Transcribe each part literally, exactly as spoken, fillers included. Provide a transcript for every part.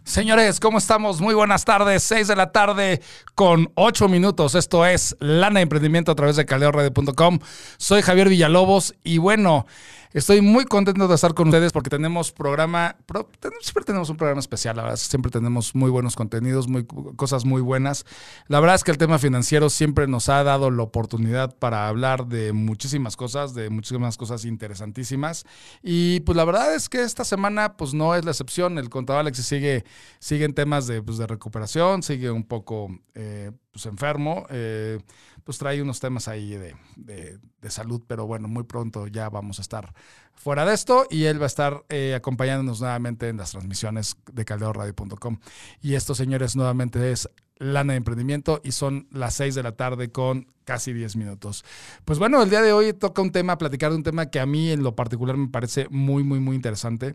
Señores, ¿cómo estamos? Muy buenas tardes, seis de la tarde con ocho minutos. Esto es Lana de Emprendimiento a través de caldero radio punto com. Soy Javier Villalobos y bueno, estoy muy contento de estar con ustedes porque tenemos programa, pro, siempre tenemos un programa especial, la verdad, siempre tenemos muy buenos contenidos, muy, cosas muy buenas. La verdad es que el tema financiero siempre nos ha dado la oportunidad para hablar de muchísimas cosas, de muchísimas cosas interesantísimas. Y pues la verdad es que esta semana pues no es la excepción. El contador Alexis sigue, sigue en temas de, pues, de recuperación, sigue un poco eh, pues enfermo, eh, pues trae unos temas ahí de, de, de salud, pero bueno, muy pronto ya vamos a estar fuera de esto y él va a estar eh, acompañándonos nuevamente en las transmisiones de caldero radio punto com. Y esto, señores, nuevamente es Lana de Emprendimiento y son las seis de la tarde con casi diez minutos. Pues bueno, el día de hoy toca un tema, platicar de un tema que a mí en lo particular me parece muy, muy, muy interesante.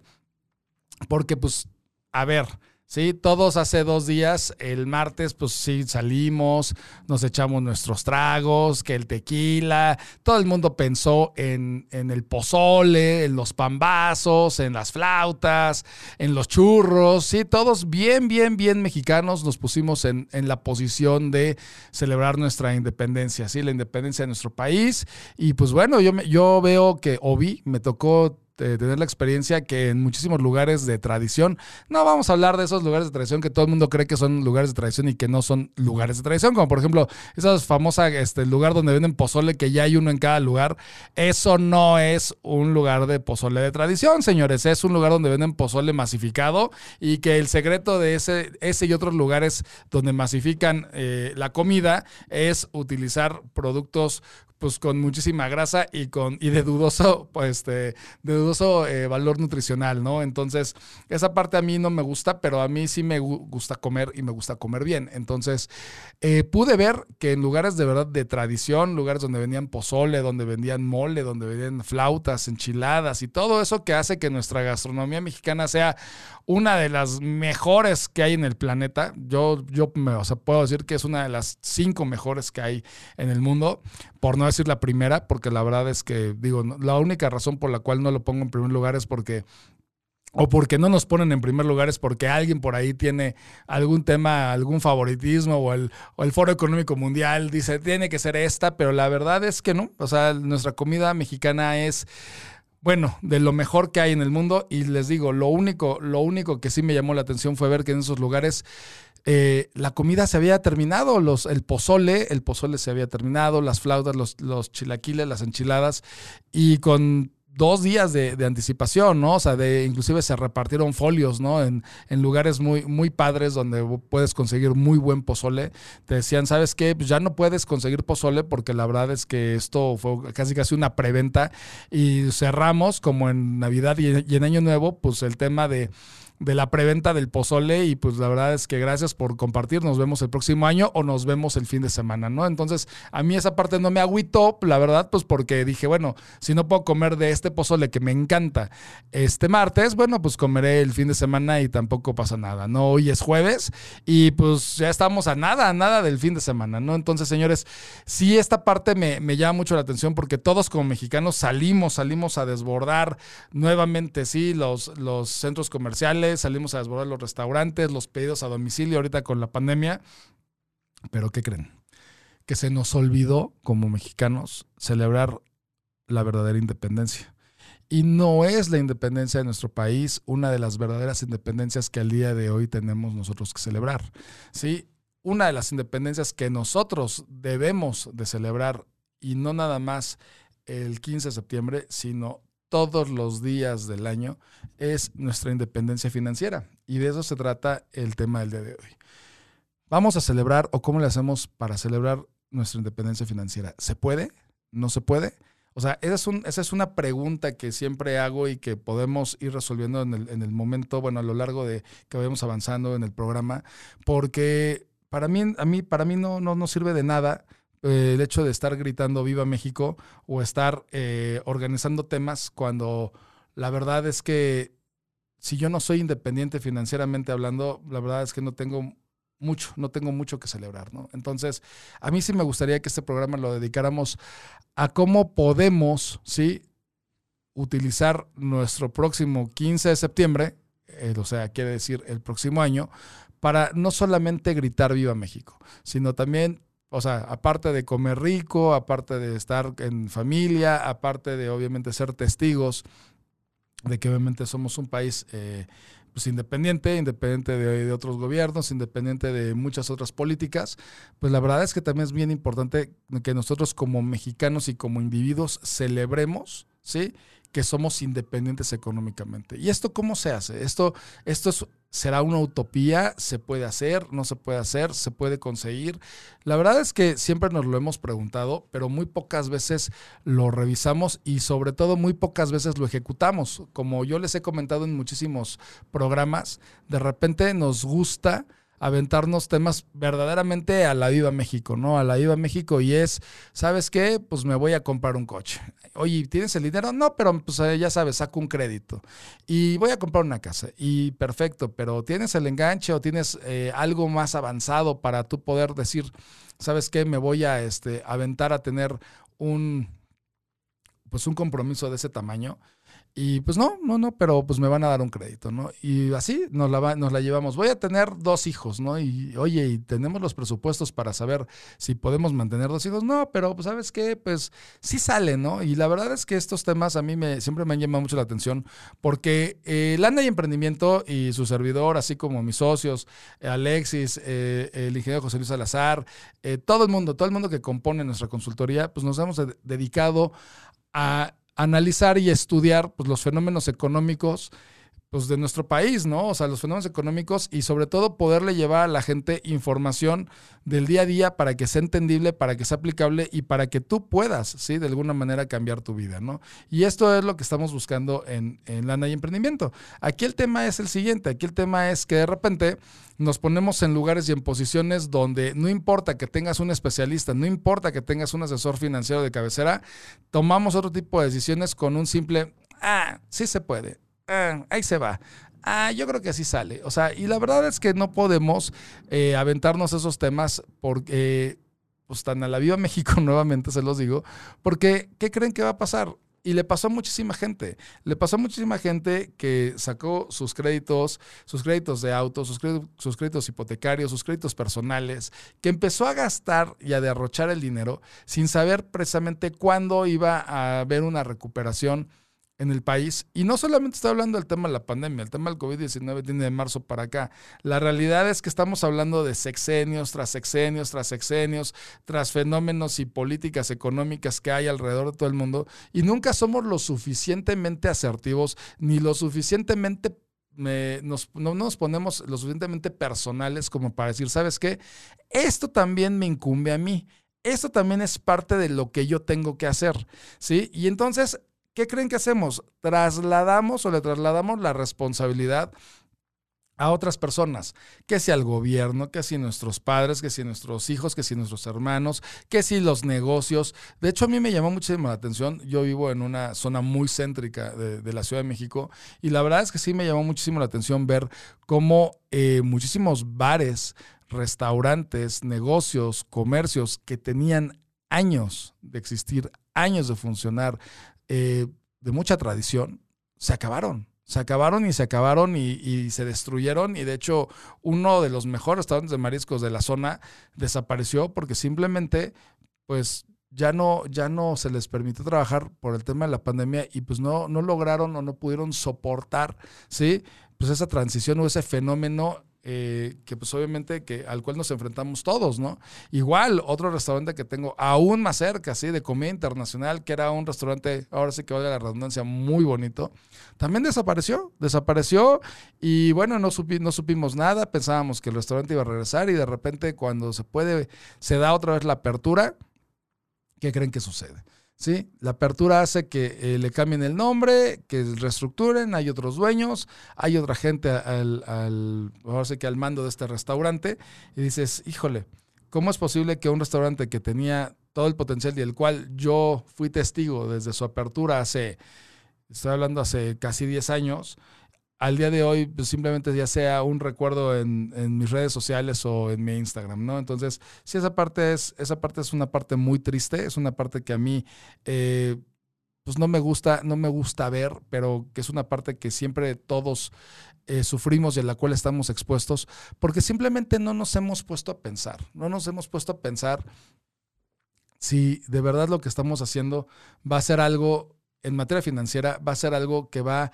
Porque pues, a ver, sí, todos hace dos días, el martes, pues sí, salimos, nos echamos nuestros tragos, que el tequila, todo el mundo pensó en, en el pozole, en los pambazos, en las flautas, en los churros, sí, todos bien, bien, bien mexicanos nos pusimos en, en la posición de celebrar nuestra independencia, sí, la independencia de nuestro país. Y pues bueno, yo, me, yo veo que, o vi, me tocó de tener la experiencia que en muchísimos lugares de tradición, no vamos a hablar de esos lugares de tradición que todo el mundo cree que son lugares de tradición y que no son lugares de tradición, como por ejemplo, esa famosa este, lugar donde venden pozole que ya hay uno en cada lugar. Eso no es un lugar de pozole de tradición, señores, es un lugar donde venden pozole masificado y que el secreto de ese, ese y otros lugares donde masifican eh, la comida es utilizar productos pues con muchísima grasa y con y de dudoso pues este, de dudoso eh, valor nutricional, ¿no? Entonces, esa parte a mí no me gusta, pero a mí sí me gu- gusta comer y me gusta comer bien. Entonces, eh, pude ver que en lugares de verdad de tradición, lugares donde vendían pozole, donde vendían mole, donde vendían flautas, enchiladas y todo eso que hace que nuestra gastronomía mexicana sea una de las mejores que hay en el planeta. Yo, yo me, o sea, puedo decir que es una de las cinco mejores que hay en el mundo, por no decir la primera, porque la verdad es que, digo, la única razón por la cual no lo pongo en primer lugar es porque, o porque no nos ponen en primer lugar es porque alguien por ahí tiene algún tema, algún favoritismo o el, o el Foro Económico Mundial dice, tiene que ser esta, pero la verdad es que no. O sea, nuestra comida mexicana es, bueno, de lo mejor que hay en el mundo y les digo, lo único, lo único que sí me llamó la atención fue ver que en esos lugares Eh, la comida se había terminado, los, el pozole, el pozole se había terminado, las flautas, los, los chilaquiles, las enchiladas, y con dos días de, de anticipación, ¿no? O sea, de, inclusive se repartieron folios, ¿no? En, en lugares muy, muy padres donde puedes conseguir muy buen pozole. Te decían, ¿sabes qué? Pues ya no puedes conseguir pozole porque la verdad es que esto fue casi casi una preventa y cerramos como en Navidad y, y en Año Nuevo, pues el tema de de la preventa del pozole y pues la verdad es que gracias por compartir, nos vemos el próximo año o nos vemos el fin de semana, ¿no? Entonces a mí esa parte no me agüitó, la verdad, pues porque dije, bueno, si no puedo comer de este pozole que me encanta este martes, bueno, pues comeré el fin de semana y tampoco pasa nada, ¿no? Hoy es jueves y pues ya estamos a nada, a nada del fin de semana, ¿no? Entonces, señores, sí esta parte me, me llama mucho la atención porque todos como mexicanos salimos, salimos a desbordar nuevamente, sí, los, los centros comerciales, salimos a desbordar los restaurantes, los pedidos a domicilio ahorita con la pandemia. Pero ¿qué creen? Que se nos olvidó como mexicanos celebrar la verdadera independencia. Y no es la independencia de nuestro país una de las verdaderas independencias que al día de hoy tenemos nosotros que celebrar. ¿Sí? Una de las independencias que nosotros debemos de celebrar y no nada más el quince de septiembre, sino todos los días del año, es nuestra independencia financiera. Y de eso se trata el tema del día de hoy. Vamos a celebrar, o cómo le hacemos para celebrar nuestra independencia financiera. ¿Se puede? ¿No se puede? O sea, esa es, un, esa es una pregunta que siempre hago y que podemos ir resolviendo en el, en el momento, bueno, a lo largo de que vayamos avanzando en el programa, porque para mí, a mí, para mí no, no, no sirve de nada el hecho de estar gritando Viva México o estar eh, organizando temas cuando la verdad es que si yo no soy independiente financieramente hablando, la verdad es que no tengo mucho, no tengo mucho que celebrar, ¿no? Entonces, a mí sí me gustaría que este programa lo dedicáramos a cómo podemos, ¿sí?, utilizar nuestro próximo quince de septiembre eh, o sea, quiere decir el próximo año, para no solamente gritar Viva México, sino también, o sea, aparte de comer rico, aparte de estar en familia, aparte de obviamente ser testigos de que obviamente somos un país eh, pues independiente, independiente de, de otros gobiernos, independiente de muchas otras políticas, pues la verdad es que también es bien importante que nosotros como mexicanos y como individuos celebremos, ¿sí?, que somos independientes económicamente. ¿Y esto cómo se hace? Esto, esto es, será una utopía, se puede hacer, no se puede hacer, se puede conseguir. La verdad es que siempre nos lo hemos preguntado, pero muy pocas veces lo revisamos y sobre todo muy pocas veces lo ejecutamos. Como yo les he comentado en muchísimos programas, de repente nos gusta aventarnos temas verdaderamente a la Viva México, ¿no? A la Viva México, y es, ¿sabes qué? Pues me voy a comprar un coche. Oye, ¿tienes el dinero? No, pero pues ya sabes, saco un crédito y voy a comprar una casa. Y perfecto, pero ¿tienes el enganche o tienes eh, algo más avanzado para tú poder decir, ¿sabes qué? Me voy a este, aventar a tener un, pues un compromiso de ese tamaño. Y pues no, no, no, pero pues me van a dar un crédito, ¿no? Y así nos la, va, nos la llevamos. Voy a tener dos hijos, ¿no? Y oye, ¿y tenemos los presupuestos para saber si podemos mantener dos hijos? No, pero pues ¿sabes qué? Pues sí sale, ¿no? Y la verdad es que estos temas a mí me, siempre me han llamado mucho la atención porque eh, Lana y Emprendimiento y su servidor, así como mis socios, eh, Alexis, eh, el ingeniero José Luis Salazar, eh, todo el mundo, todo el mundo que compone nuestra consultoría, pues nos hemos de- dedicado a analizar y estudiar pues, los fenómenos económicos pues, de nuestro país, ¿no? O sea, los fenómenos económicos y sobre todo poderle llevar a la gente información del día a día para que sea entendible, para que sea aplicable y para que tú puedas, ¿sí? De alguna manera cambiar tu vida, ¿no? Y esto es lo que estamos buscando en, en Lana y Emprendimiento. Aquí el tema es el siguiente, aquí el tema es que de repente nos ponemos en lugares y en posiciones donde no importa que tengas un especialista, no importa que tengas un asesor financiero de cabecera, tomamos otro tipo de decisiones con un simple, ah, sí se puede. Ah, ahí se va. Ah, yo creo que así sale. O sea, y la verdad es que no podemos eh, aventarnos esos temas porque, pues tan a la Viva México nuevamente se los digo, porque ¿qué creen que va a pasar? Y le pasó a muchísima gente. Le pasó a muchísima gente que sacó sus créditos, sus créditos de auto, sus créditos, sus créditos hipotecarios, sus créditos personales, que empezó a gastar y a derrochar el dinero sin saber precisamente cuándo iba a haber una recuperación en el país. Y no solamente estoy hablando del tema de la pandemia, el tema del COVID diecinueve tiene de marzo para acá. La realidad es que estamos hablando de sexenios tras sexenios tras sexenios, tras fenómenos y políticas económicas que hay alrededor de todo el mundo y nunca somos lo suficientemente asertivos ni lo suficientemente Me, nos, no nos ponemos lo suficientemente personales como para decir, ¿sabes qué? Esto también me incumbe a mí. Esto también es parte de lo que yo tengo que hacer, ¿sí? Y entonces, ¿qué creen que hacemos? Trasladamos o le trasladamos la responsabilidad a otras personas, que si al gobierno, que si nuestros padres, que si nuestros hijos, que si nuestros hermanos, que si los negocios. De hecho, a mí me llamó muchísimo la atención. Yo vivo en una zona muy céntrica de, de la Ciudad de México y la verdad es que sí me llamó muchísimo la atención ver cómo eh, muchísimos bares, restaurantes, negocios, comercios que tenían años de existir, años de funcionar, eh, de mucha tradición, se acabaron. Se acabaron y se acabaron y, y se destruyeron y de hecho uno de los mejores restaurantes de mariscos de la zona desapareció porque simplemente pues ya no, ya no se les permitió trabajar por el tema de la pandemia y pues no, no lograron o no pudieron soportar, ¿sí? Pues esa transición o ese fenómeno eh, que pues obviamente que, al cual nos enfrentamos todos, ¿no? Igual, otro restaurante que tengo aún más cerca, ¿sí? De comida internacional, que era un restaurante, ahora sí que valga la redundancia, muy bonito, también desapareció, desapareció y bueno, no, supi, no supimos nada, pensábamos que el restaurante iba a regresar y de repente cuando se puede, se da otra vez la apertura, ¿qué creen que sucede? ¿Sí? La apertura hace que eh, le cambien el nombre, que reestructuren, hay otros dueños, hay otra gente al, al, ahora sí que al mando de este restaurante y dices, híjole, ¿cómo es posible que un restaurante que tenía todo el potencial y el cual yo fui testigo desde su apertura hace, estoy hablando hace casi diez años, al día de hoy pues simplemente ya sea un recuerdo en, en mis redes sociales o en mi Instagram, ¿no? Entonces, sí, esa parte es, esa parte es una parte muy triste, es una parte que a mí eh, pues no me gusta, no me gusta ver, pero que es una parte que siempre todos eh, sufrimos y a la cual estamos expuestos, porque simplemente no nos hemos puesto a pensar, no nos hemos puesto a pensar si de verdad lo que estamos haciendo va a ser algo, en materia financiera, va a ser algo que va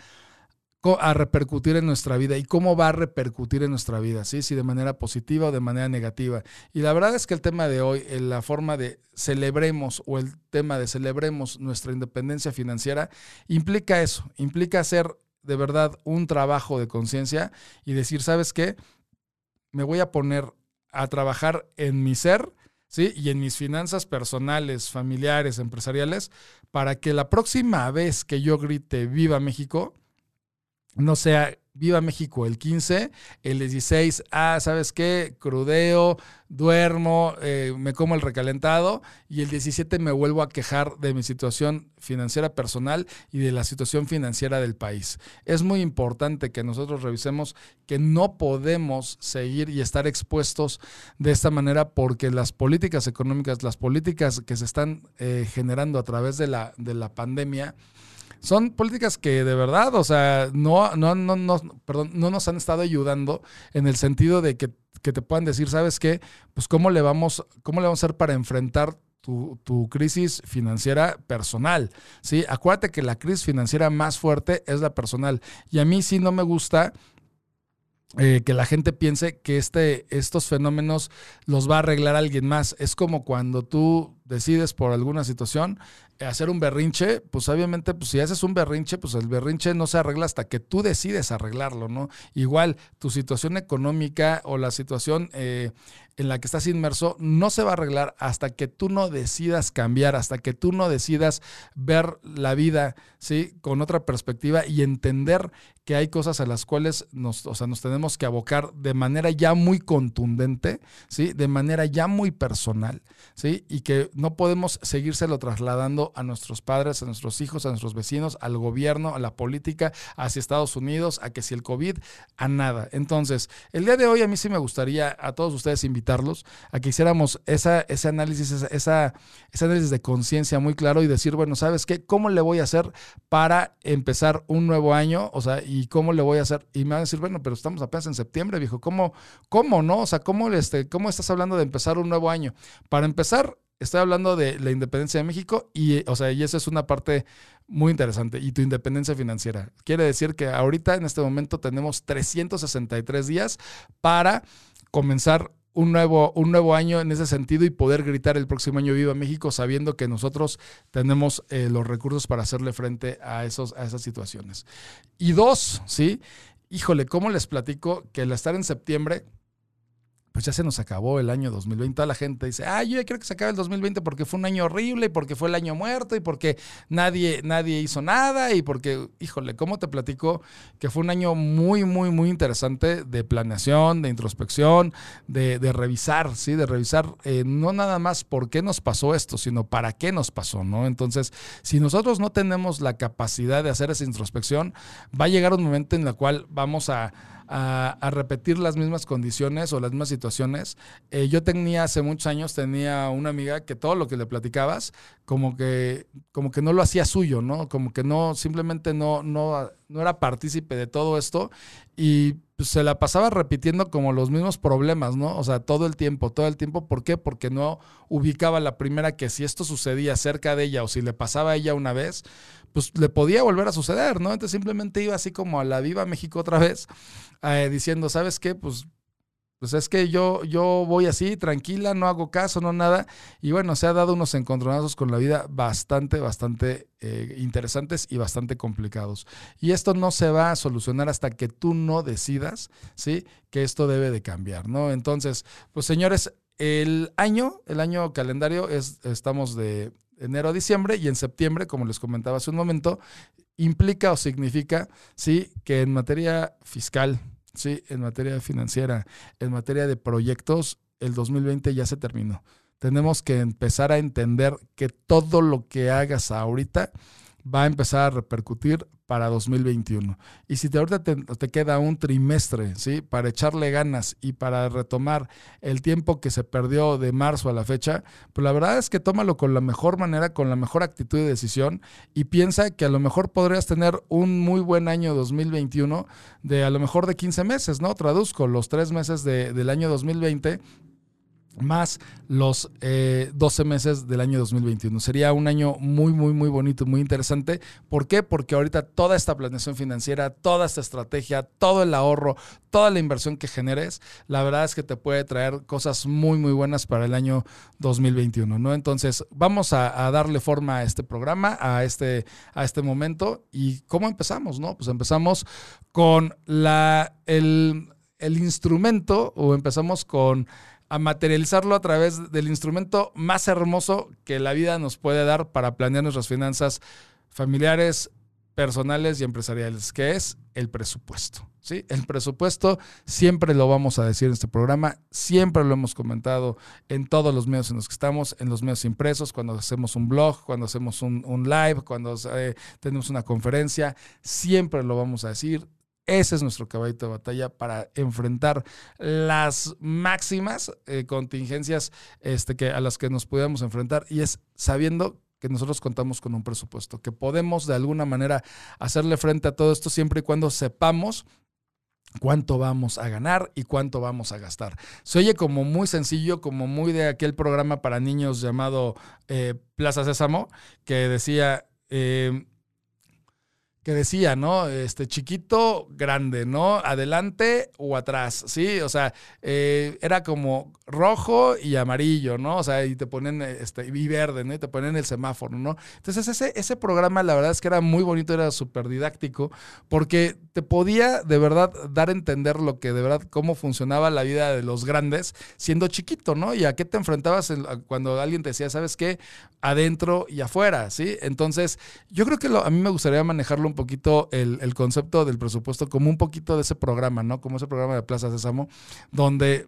a repercutir en nuestra vida y cómo va a repercutir en nuestra vida, ¿sí? Si de manera positiva o de manera negativa. Y la verdad es que el tema de hoy, la forma de celebremos o el tema de celebremos nuestra independencia financiera, implica eso, implica hacer de verdad un trabajo de conciencia y decir, ¿sabes qué? Me voy a poner a trabajar en mi ser, ¿sí? Y en mis finanzas personales, familiares, empresariales, para que la próxima vez que yo grite ¡Viva México!, no sea Viva México el quince, el dieciséis, ah, ¿sabes qué? Crudeo, duermo, eh, me como el recalentado, y el diecisiete me vuelvo a quejar de mi situación financiera personal y de la situación financiera del país. Es muy importante que nosotros revisemos que no podemos seguir y estar expuestos de esta manera, porque las políticas económicas, las políticas que se están eh, generando a través de la, de la pandemia, son políticas que de verdad, o sea, no, no, no, no, perdón, no nos han estado ayudando en el sentido de que, que te puedan decir, ¿sabes qué? Pues cómo le vamos, cómo le vamos a hacer para enfrentar tu, tu crisis financiera personal, ¿sí? Acuérdate que la crisis financiera más fuerte es la personal. Y a mí sí no me gusta Eh, que la gente piense que este, estos fenómenos los va a arreglar alguien más. Es como cuando tú decides por alguna situación eh, hacer un berrinche, pues obviamente pues si haces un berrinche, pues el berrinche no se arregla hasta que tú decides arreglarlo, ¿no? Igual tu situación económica o la situación eh, en la que estás inmerso no se va a arreglar hasta que tú no decidas cambiar, hasta que tú no decidas ver la vida, ¿sí? Con otra perspectiva y entender que hay cosas a las cuales nos, o sea, nos tenemos que abocar de manera ya muy contundente, ¿sí? De manera ya muy personal, ¿sí? Y que no podemos seguírselo trasladando a nuestros padres, a nuestros hijos, a nuestros vecinos, al gobierno, a la política, hacia Estados Unidos, a que si el COVID, a nada. Entonces, el día de hoy a mí sí me gustaría a todos ustedes invitarlos a que hiciéramos esa, ese análisis, esa, esa, ese análisis de conciencia muy claro y decir, bueno, ¿sabes qué? ¿Cómo le voy a hacer para empezar un nuevo año? O sea, ¿y cómo le voy a hacer? Y me van a decir, bueno, pero estamos apenas en septiembre, viejo. ¿Cómo, cómo no? O sea, ¿cómo, este, ¿cómo estás hablando de empezar un nuevo año? Para empezar, estoy hablando de la independencia de México y, o sea, y esa es una parte muy interesante. Y tu independencia financiera. Quiere decir que ahorita, en este momento, tenemos trescientos sesenta y tres días para comenzar un nuevo, un nuevo año en ese sentido y poder gritar el próximo año Viva México, sabiendo que nosotros tenemos eh, los recursos para hacerle frente a, esos, a esas situaciones. Y dos, ¿sí? Híjole, ¿cómo les platico que al estar en septiembre, pues ya se nos acabó el año dos mil veinte? Toda la gente dice, ah, yo ya quiero que se acabe el dos mil veinte porque fue un año horrible y porque fue el año muerto y porque nadie, nadie hizo nada y porque, híjole, ¿cómo te platico que fue un año muy, muy, muy interesante de planeación, de introspección, de, de revisar, ¿sí? De revisar eh, no nada más por qué nos pasó esto, sino para qué nos pasó, ¿no? Entonces, si nosotros no tenemos la capacidad de hacer esa introspección, va a llegar un momento en el cual vamos a A, a repetir las mismas condiciones o las mismas situaciones. Eh, yo tenía, hace muchos años, tenía una amiga que todo lo que le platicabas, como que, como que no lo hacía suyo, ¿no? Como que no, simplemente no, no, no era partícipe de todo esto y pues, se la pasaba repitiendo como los mismos problemas, ¿no? O sea, todo el tiempo, todo el tiempo. ¿Por qué? Porque no ubicaba la primera que si esto sucedía cerca de ella o si le pasaba a ella una vez, pues le podía volver a suceder, ¿no? Entonces simplemente iba así como a la Viva México otra vez, eh, diciendo, ¿sabes qué? Pues, pues es que yo, yo voy así, tranquila, no hago caso, no nada. Y bueno, se ha dado unos encontronazos con la vida bastante, bastante eh, interesantes y bastante complicados. Y esto no se va a solucionar hasta que tú no decidas, ¿sí? Que esto debe de cambiar, ¿no? Entonces, pues señores, el año, el año calendario es, estamos de enero a diciembre y en septiembre, como les comentaba hace un momento, implica o significa, sí, que en materia fiscal, sí, en materia financiera, en materia de proyectos, el dos mil veinte ya se terminó. Tenemos que empezar a entender que todo lo que hagas ahorita va a empezar a repercutir para dos mil veintiuno. Y si te, ahorita te, te queda un trimestre, ¿sí? Para echarle ganas y para retomar el tiempo que se perdió de marzo a la fecha, pues la verdad es que tómalo con la mejor manera, con la mejor actitud de decisión y piensa que a lo mejor podrías tener un muy buen año dos mil veintiuno de a lo mejor de quince meses, ¿no? Traduzco los tres meses de, del año dos mil veinte más los eh, doce meses del año dos mil veintiuno. Sería un año muy, muy, muy bonito, muy interesante. ¿Por qué? Porque ahorita toda esta planeación financiera, toda esta estrategia, todo el ahorro, toda la inversión que generes, la verdad es que te puede traer cosas muy, muy buenas para el año dos mil veintiuno, ¿no? Entonces, vamos a, a darle forma a este programa, a este, a este momento. ¿Y cómo empezamos, no? Pues empezamos con la, el, el instrumento o empezamos con a materializarlo a través del instrumento más hermoso que la vida nos puede dar para planear nuestras finanzas familiares, personales y empresariales, que es el presupuesto, ¿sí? El presupuesto siempre lo vamos a decir en este programa, siempre lo hemos comentado en todos los medios en los que estamos, en los medios impresos, cuando hacemos un blog, cuando hacemos un, un live, cuando eh, tenemos una conferencia, siempre lo vamos a decir. Ese es nuestro caballito de batalla para enfrentar las máximas eh, contingencias este, que, a las que nos pudiéramos enfrentar, y es sabiendo que nosotros contamos con un presupuesto, que podemos de alguna manera hacerle frente a todo esto siempre y cuando sepamos cuánto vamos a ganar y cuánto vamos a gastar. Se oye como muy sencillo, como muy de aquel programa para niños llamado eh, Plaza Sésamo, que decía... Eh, que decía, ¿no? Este, chiquito, grande, ¿no? Adelante o atrás, ¿sí? O sea, eh, era como rojo y amarillo, ¿no? O sea, y te ponen, este, y verde, ¿no? Y te ponen el semáforo, ¿no? Entonces, ese, ese programa, la verdad es que era muy bonito, era súper didáctico, porque te podía, de verdad, dar a entender lo que, de verdad, cómo funcionaba la vida de los grandes siendo chiquito, ¿no? Y a qué te enfrentabas en, cuando alguien te decía, ¿sabes qué? Adentro y afuera, ¿sí? Entonces, yo creo que lo, a mí me gustaría manejarlo un poquito el, el concepto del presupuesto como un poquito de ese programa, ¿no? Como ese programa de Plaza Sésamo, donde,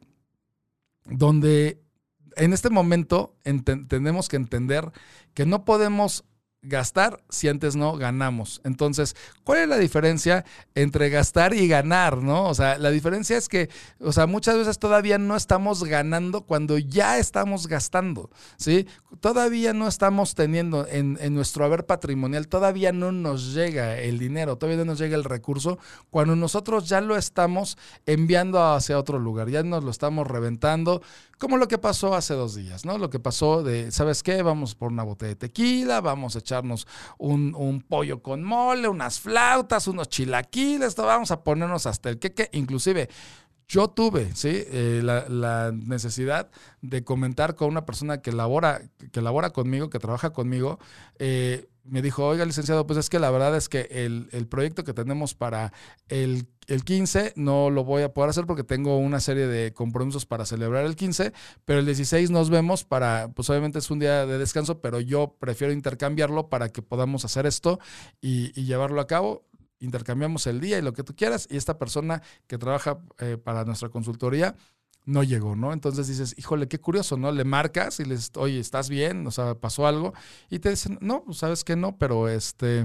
donde en este momento ent- tenemos que entender que no podemos gastar si antes no ganamos. Entonces, ¿cuál es la diferencia entre gastar y ganar, no? O sea, la diferencia es que, o sea, muchas veces todavía no estamos ganando cuando ya estamos gastando, ¿sí? Todavía no estamos teniendo en, en nuestro haber patrimonial, todavía no nos llega el dinero, todavía no nos llega el recurso, cuando nosotros ya lo estamos enviando hacia otro lugar, ya nos lo estamos reventando, como lo que pasó hace dos días, ¿no? Lo que pasó de, ¿sabes qué? Vamos por una botella de tequila, vamos a echarnos un, un pollo con mole, unas flautas, unos chilaquiles, todo, vamos a ponernos hasta el queque. Inclusive, yo tuve, ¿sí? eh, la, la necesidad de comentar con una persona que labora, que labora conmigo, que trabaja conmigo, eh, me dijo, oiga, licenciado, pues es que la verdad es que el, el proyecto que tenemos para el, el quince no lo voy a poder hacer porque tengo una serie de compromisos para celebrar el quince, pero el dieciséis nos vemos para, pues obviamente es un día de descanso, pero yo prefiero intercambiarlo para que podamos hacer esto y, y llevarlo a cabo. Intercambiamos el día y lo que tú quieras, y esta persona que trabaja eh, para nuestra consultoría no llegó, ¿no? Entonces dices, híjole, qué curioso, ¿no? Le marcas y les, oye, ¿estás bien? O sea, ¿pasó algo? Y te dicen, no, pues sabes que no, pero este,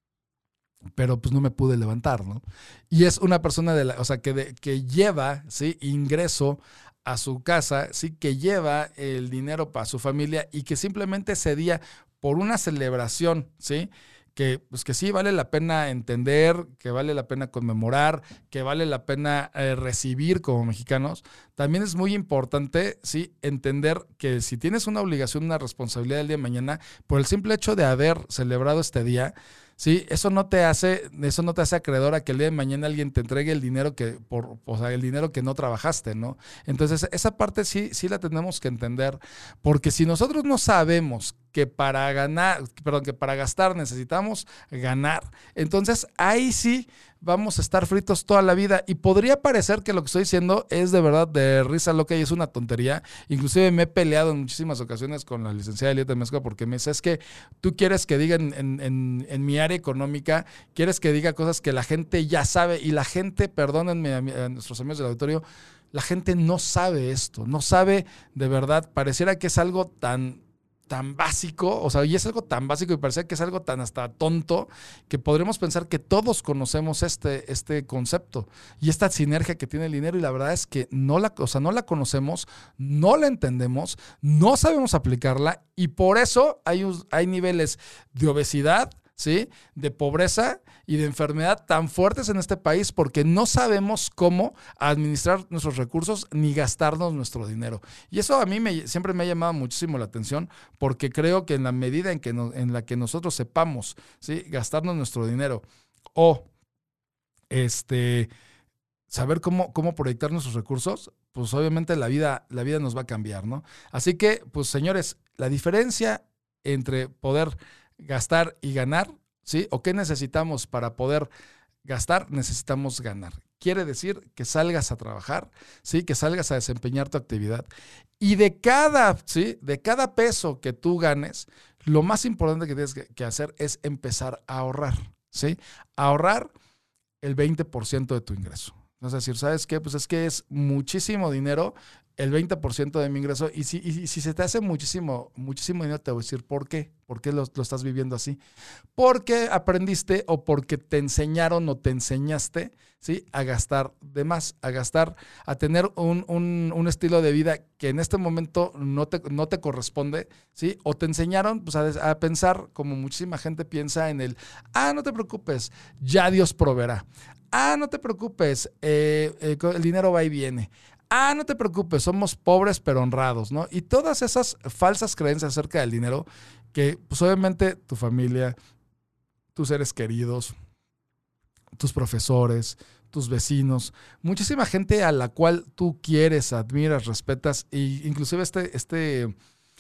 pero pues no me pude levantar, ¿no? Y es una persona de la, o sea, que, de, que lleva, ¿sí? Ingreso a su casa, ¿sí? Que lleva el dinero para su familia y que simplemente ese día, por una celebración, ¿sí? Que, pues que sí vale la pena entender, que vale la pena conmemorar, que vale la pena eh, recibir como mexicanos. También es muy importante, sí, entender que si tienes una obligación, una responsabilidad el día de mañana, por el simple hecho de haber celebrado este día, sí, eso no te hace, eso no te hace acreedor a que el día de mañana alguien te entregue el dinero que, por, o sea, el dinero que no trabajaste, ¿no? Entonces, esa parte sí, sí la tenemos que entender, porque si nosotros no sabemos que para ganar, perdón, que para gastar necesitamos ganar, entonces ahí sí vamos a estar fritos toda la vida. Y podría parecer que lo que estoy diciendo es de verdad de risa loca y es una tontería. Inclusive me he peleado en muchísimas ocasiones con la licenciada Elieta Mezcua porque me dice, es que tú quieres que diga en, en, en, en mi área económica, quieres que diga cosas que la gente ya sabe, y la gente, perdónenme a, a nuestros amigos del auditorio, la gente no sabe esto, no sabe de verdad, pareciera que es algo tan... tan básico, o sea, y es algo tan básico y parece que es algo tan hasta tonto que podremos pensar que todos conocemos este, este concepto y esta sinergia que tiene el dinero y la verdad es que no la, o sea, no la conocemos, no la entendemos, no sabemos aplicarla y por eso hay, hay niveles de obesidad, ¿sí? De pobreza y de enfermedad tan fuertes en este país porque no sabemos cómo administrar nuestros recursos ni gastarnos nuestro dinero. Y eso a mí me, siempre me ha llamado muchísimo la atención porque creo que en la medida en, que no, en la que nosotros sepamos, ¿sí? Gastarnos nuestro dinero o este, saber cómo, cómo proyectar nuestros recursos, pues obviamente la vida, la vida nos va a cambiar, ¿no? Así que, pues señores, la diferencia entre poder gastar y ganar, ¿sí? ¿O qué necesitamos para poder gastar? Necesitamos ganar. Quiere decir que salgas a trabajar, ¿sí? Que salgas a desempeñar tu actividad. Y de cada, ¿sí? De cada peso que tú ganes, lo más importante que tienes que, que hacer es empezar a ahorrar, ¿sí? Ahorrar el veinte por ciento de tu ingreso. Es decir, ¿sabes qué? Pues es que es muchísimo dinero, el veinte por ciento de mi ingreso. Y si, y si se te hace muchísimo, muchísimo dinero, te voy a decir por qué. ¿Por qué lo, lo estás viviendo así? Porque aprendiste o porque te enseñaron o te enseñaste, ¿sí? A gastar de más, a gastar, a tener un, un, un estilo de vida que en este momento no te, no te corresponde, ¿sí? O te enseñaron pues, a, a pensar, como muchísima gente piensa en el, ah, no te preocupes, ya Dios proveerá. Ah, no te preocupes, eh, eh, el dinero va y viene. Ah, no te preocupes, somos pobres pero honrados, ¿no? Y todas esas falsas creencias acerca del dinero que, pues obviamente, tu familia, tus seres queridos, tus profesores, tus vecinos, muchísima gente a la cual tú quieres, admiras, respetas, e inclusive este, este,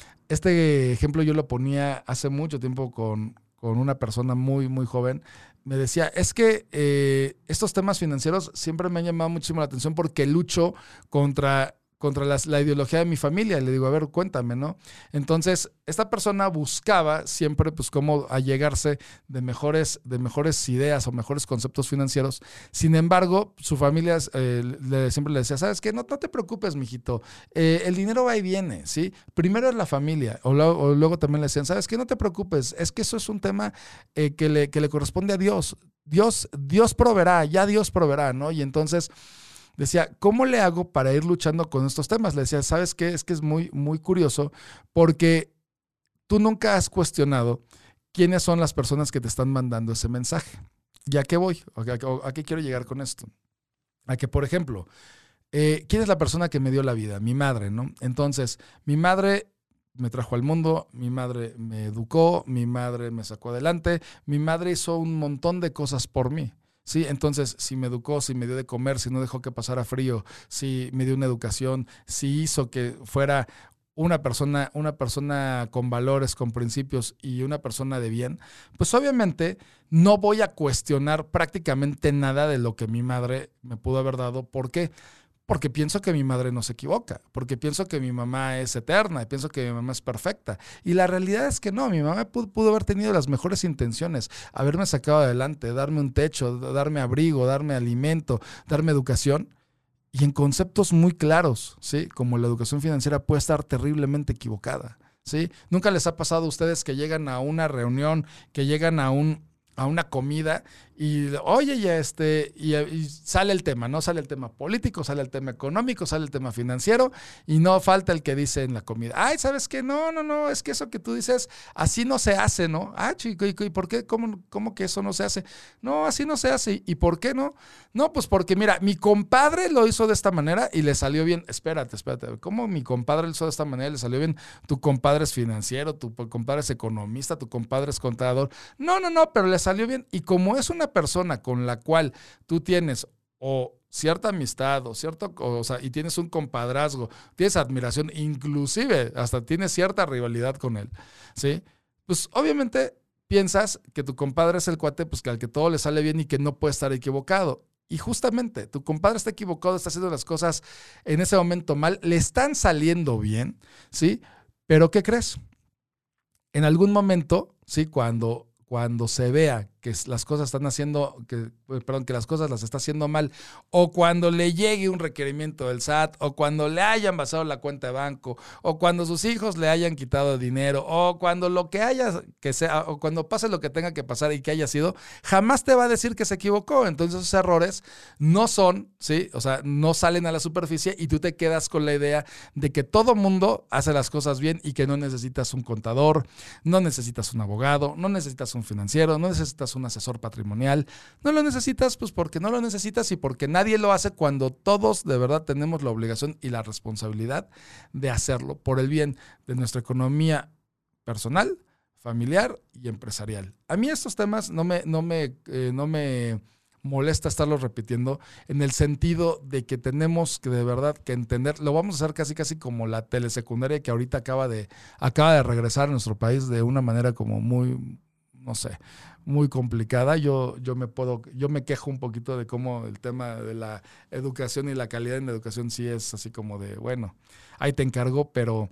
este ejemplo yo lo ponía hace mucho tiempo con, con una persona muy, muy joven. Me decía, es que eh, estos temas financieros siempre me han llamado muchísimo la atención porque lucho contra, contra las, la ideología de mi familia. Y le digo, a ver, cuéntame, ¿no? Entonces, esta persona buscaba siempre, pues, cómo allegarse de mejores, de mejores ideas o mejores conceptos financieros. Sin embargo, su familia eh, le, siempre le decía, ¿sabes qué? No, no te preocupes, mijito. Eh, el dinero va y viene, ¿sí? Primero es la familia. O, lo, o luego también le decían, ¿sabes qué? No te preocupes. Es que eso es un tema eh, que, le, que le corresponde a Dios. Dios, Dios proveerá, ya Dios proveerá, ¿no? Y entonces decía, ¿cómo le hago para ir luchando con estos temas? Le decía, ¿sabes qué? Es que es muy, muy curioso porque tú nunca has cuestionado quiénes son las personas que te están mandando ese mensaje. ¿Y a qué voy? ¿A qué quiero llegar con esto? A que, por ejemplo, eh, ¿quién es la persona que me dio la vida? Mi madre, ¿no? Entonces, mi madre me trajo al mundo, mi madre me educó, mi madre me sacó adelante, mi madre hizo un montón de cosas por mí. Sí, entonces, si me educó, si me dio de comer, si no dejó que pasara frío, si me dio una educación, si hizo que fuera una persona, una persona con valores, con principios y una persona de bien, pues obviamente no voy a cuestionar prácticamente nada de lo que mi madre me pudo haber dado. ¿Por qué? Porque pienso que mi madre no se equivoca, porque pienso que mi mamá es eterna, y pienso que mi mamá es perfecta. Y la realidad es que no, mi mamá pudo, pudo haber tenido las mejores intenciones, haberme sacado adelante, darme un techo, darme abrigo, darme alimento, darme educación. Y en conceptos muy claros, ¿sí? Como la educación financiera puede estar terriblemente equivocada, ¿sí? ¿Nunca les ha pasado a ustedes que llegan a una reunión, que llegan a un... a una comida y oye, ya este, y, y sale el tema, ¿no? Sale el tema político, sale el tema económico, sale el tema financiero y no falta el que dice en la comida, ay, ¿sabes qué? No, no, no, es que eso que tú dices, así no se hace, ¿no? Ah, chico, ¿y por qué? ¿Cómo, cómo que eso no se hace? No, así no se hace. ¿Y por qué no? No, pues porque mira, mi compadre lo hizo de esta manera y le salió bien. Espérate, espérate, ¿cómo mi compadre lo hizo de esta manera y le salió bien? Tu compadre es financiero, tu compadre es economista, tu compadre es contador. No, no, no, pero le salió bien. Y como es una persona con la cual tú tienes o cierta amistad o cierto, o sea, y tienes un compadrazgo, tienes admiración, inclusive hasta tienes cierta rivalidad con él, ¿sí? Pues obviamente piensas que tu compadre es el cuate, pues que al que todo le sale bien y que no puede estar equivocado. Y justamente, tu compadre está equivocado, está haciendo las cosas en ese momento mal, le están saliendo bien, ¿sí? Pero ¿qué crees? En algún momento, ¿sí? Cuando Cuando se vea que las cosas están haciendo, que, perdón, que las cosas las está haciendo mal, o cuando le llegue un requerimiento del S A T, o cuando le hayan basado la cuenta de banco, o cuando sus hijos le hayan quitado dinero, o cuando lo que haya que sea, o cuando pase lo que tenga que pasar y que haya sido, jamás te va a decir que se equivocó. Entonces esos errores no son, ¿sí? O sea, no salen a la superficie y tú te quedas con la idea de que todo mundo hace las cosas bien y que no necesitas un contador, no necesitas un abogado, no necesitas un financiero, no necesitas un asesor patrimonial, no lo necesitas pues porque no lo necesitas y porque nadie lo hace cuando todos de verdad tenemos la obligación y la responsabilidad de hacerlo por el bien de nuestra economía personal, familiar y empresarial. A mí estos temas no me, no me, eh, no me molesta estarlos repitiendo en el sentido de que tenemos que de verdad que entender, lo vamos a hacer casi casi como la telesecundaria que ahorita acaba de, acaba de regresar a nuestro país de una manera como muy, no sé, muy complicada. Yo, yo me puedo, yo me quejo un poquito de cómo el tema de la educación y la calidad en la educación sí es así como de, bueno, ahí te encargo, pero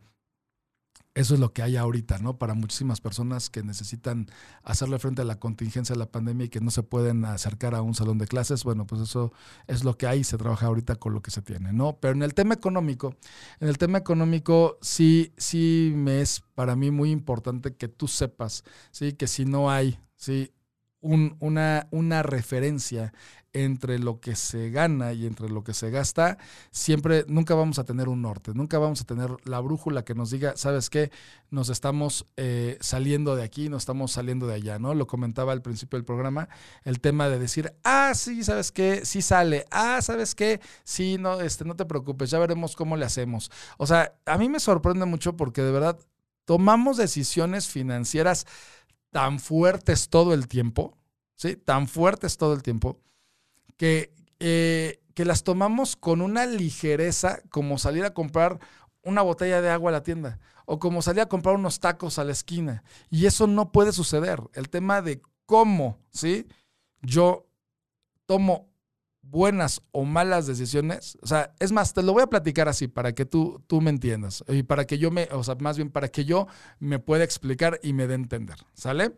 eso es lo que hay ahorita, ¿no? Para muchísimas personas que necesitan hacerle frente a la contingencia de la pandemia y que no se pueden acercar a un salón de clases, bueno, pues eso es lo que hay, se trabaja ahorita con lo que se tiene, ¿no? Pero en el tema económico, en el tema económico sí, sí me es para mí muy importante que tú sepas, ¿sí? Que si no hay, ¿sí? Un, una, una referencia entre lo que se gana y entre lo que se gasta, siempre, nunca vamos a tener un norte, nunca vamos a tener la brújula que nos diga, ¿sabes qué? Nos estamos eh, saliendo de aquí, nos estamos saliendo de allá, ¿no? Lo comentaba al principio del programa, el tema de decir, ah, sí, ¿sabes qué? Sí sale, ah, ¿sabes qué? Sí, no, este, no te preocupes, ya veremos cómo le hacemos. O sea, a mí me sorprende mucho porque de verdad tomamos decisiones financieras tan fuertes todo el tiempo, ¿sí? Tan fuertes todo el tiempo, que, eh, que las tomamos con una ligereza como salir a comprar una botella de agua a la tienda o como salir a comprar unos tacos a la esquina. Y eso no puede suceder. El tema de cómo, ¿sí? Yo tomo buenas o malas decisiones, o sea, es más, te lo voy a platicar así para que tú, tú me entiendas y para que yo me, o sea, más bien para que yo me pueda explicar y me dé a entender, ¿sale?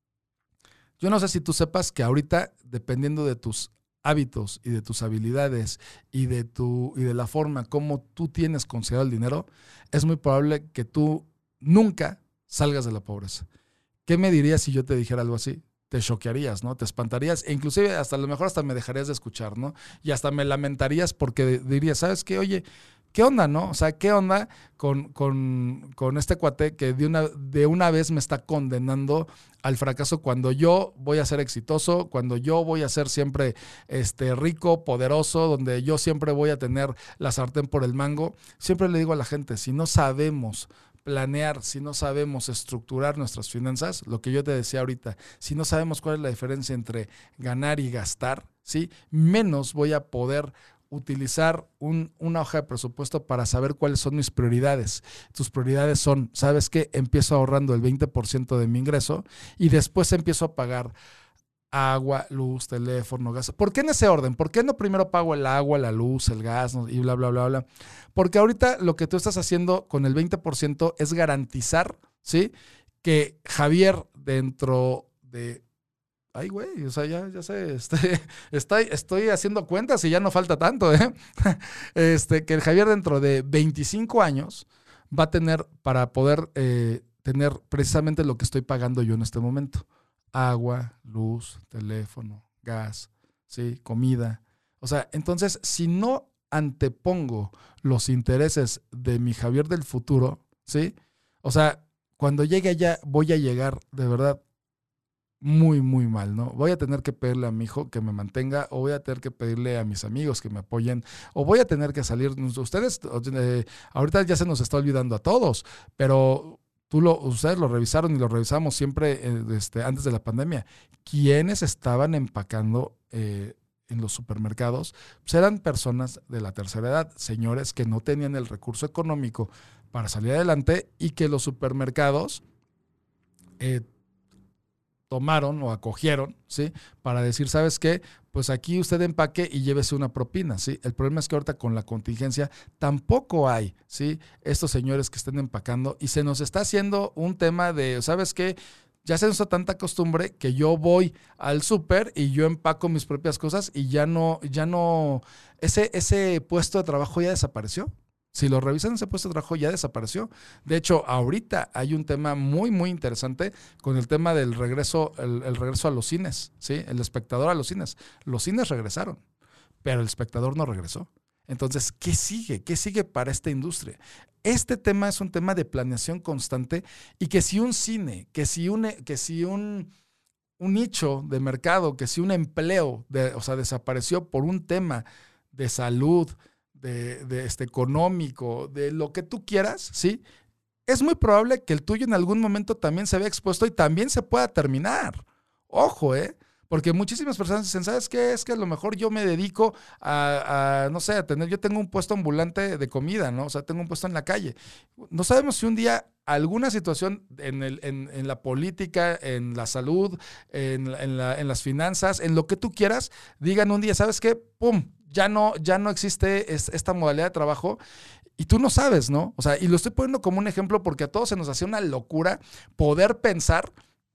Yo no sé si tú sepas que ahorita, dependiendo de tus hábitos y de tus habilidades y de, tu, y de la forma como tú tienes considerado el dinero, es muy probable que tú nunca salgas de la pobreza. ¿Qué me dirías si yo te dijera algo así? Te choquearías, ¿no? Te espantarías e inclusive hasta a lo mejor hasta me dejarías de escuchar, ¿no? Y hasta me lamentarías porque dirías, ¿sabes qué? Oye, ¿qué onda, no? O sea, ¿qué onda con, con, con este cuate que de una, de una vez me está condenando al fracaso cuando yo voy a ser exitoso, cuando yo voy a ser siempre este, rico, poderoso, donde yo siempre voy a tener la sartén por el mango? Siempre le digo a la gente, si no sabemos planear, si no sabemos estructurar nuestras finanzas, lo que yo te decía ahorita, si no sabemos cuál es la diferencia entre ganar y gastar, ¿sí? Menos voy a poder utilizar un, una hoja de presupuesto para saber cuáles son mis prioridades. Tus prioridades son, ¿sabes qué? Empiezo ahorrando el veinte por ciento de mi ingreso y después empiezo a pagar agua, luz, teléfono, gas. ¿Por qué en ese orden? ¿Por qué no primero pago el agua, la luz, el gas y bla, bla, bla, bla? Porque ahorita lo que tú estás haciendo con el veinte por ciento es garantizar, ¿sí? Que Javier dentro de... Ay, güey, o sea, ya, ya sé, este, estoy, estoy haciendo cuentas y ya no falta tanto, ¿eh? Este, que el Javier dentro de veinticinco años va a tener para poder eh, tener precisamente lo que estoy pagando yo en este momento. Agua, luz, teléfono, gas, ¿sí? Comida. O sea, entonces, si no antepongo los intereses de mi Javier del futuro, ¿sí? O sea, cuando llegue allá voy a llegar de verdad muy, muy mal, ¿no? Voy a tener que pedirle a mi hijo que me mantenga, o voy a tener que pedirle a mis amigos que me apoyen, o voy a tener que salir. Ustedes, eh, ahorita ya se nos está olvidando a todos, pero tú lo, ustedes lo revisaron y lo revisamos siempre eh, este, antes de la pandemia. ¿Quiénes estaban empacando eh, en los supermercados? Pues eran personas de la tercera edad, señores que no tenían el recurso económico para salir adelante y que los supermercados eh, tomaron o acogieron, ¿sí? Para decir, ¿sabes qué? Pues aquí usted empaque y llévese una propina, ¿sí? El problema es que ahorita con la contingencia tampoco hay, ¿sí? Estos señores que estén empacando y se nos está haciendo un tema de, ¿sabes qué? Ya se nos hizo tanta costumbre que yo voy al súper y yo empaco mis propias cosas y ya no, ya no, ese, ese puesto de trabajo ya desapareció. Si lo revisan, ese puesto de trabajo ya desapareció. De hecho, ahorita hay un tema muy, muy interesante con el tema del regreso, el, el regreso a los cines, ¿sí? El espectador a los cines. Los cines regresaron, pero el espectador no regresó. Entonces, ¿qué sigue? ¿Qué sigue para esta industria? Este tema es un tema de planeación constante y que si un cine, que si un, que si un, un nicho de mercado, que si un empleo, de, o sea, desapareció por un tema de salud, de, de este económico, de lo que tú quieras, ¿sí? Es muy probable que el tuyo en algún momento también se vea expuesto y también se pueda terminar. Ojo, ¿eh? Porque muchísimas personas dicen, ¿sabes qué? Es que a lo mejor yo me dedico a, a, no sé, a tener, yo tengo un puesto ambulante de comida, ¿no? O sea, tengo un puesto en la calle. No sabemos si un día alguna situación en, el, en, en la política, en la salud, en, en, la, en las finanzas, en lo que tú quieras, digan un día, ¿sabes qué? ¡Pum! Ya no, ya no existe es, esta modalidad de trabajo. Y tú no sabes, ¿no? O sea, y lo estoy poniendo como un ejemplo porque a todos se nos hacía una locura poder pensar